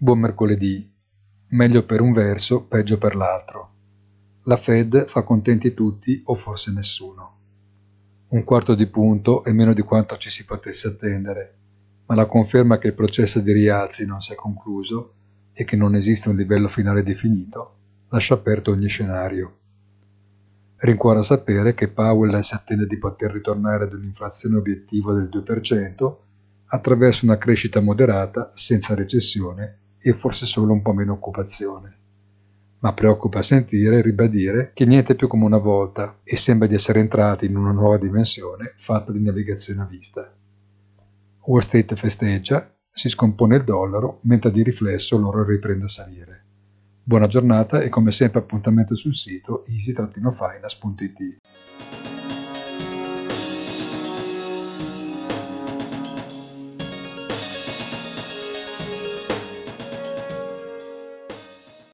Buon mercoledì. Meglio per un verso, peggio per l'altro. La Fed fa contenti tutti o forse nessuno. Un quarto di punto è meno di quanto ci si potesse attendere, ma la conferma che il processo di rialzi non si è concluso e che non esiste un livello finale definito lascia aperto ogni scenario. Rincuora sapere che Powell si attende di poter ritornare ad un'inflazione obiettivo del 2% attraverso una crescita moderata senza recessione e forse solo un po' meno occupazione. Ma preoccupa sentire e ribadire che niente è più come una volta e sembra di essere entrati in una nuova dimensione fatta di navigazione a vista. Wall Street festeggia, si scompone il dollaro, mentre di riflesso l'oro riprende a salire. Buona giornata e come sempre appuntamento sul sito easy-finance.it.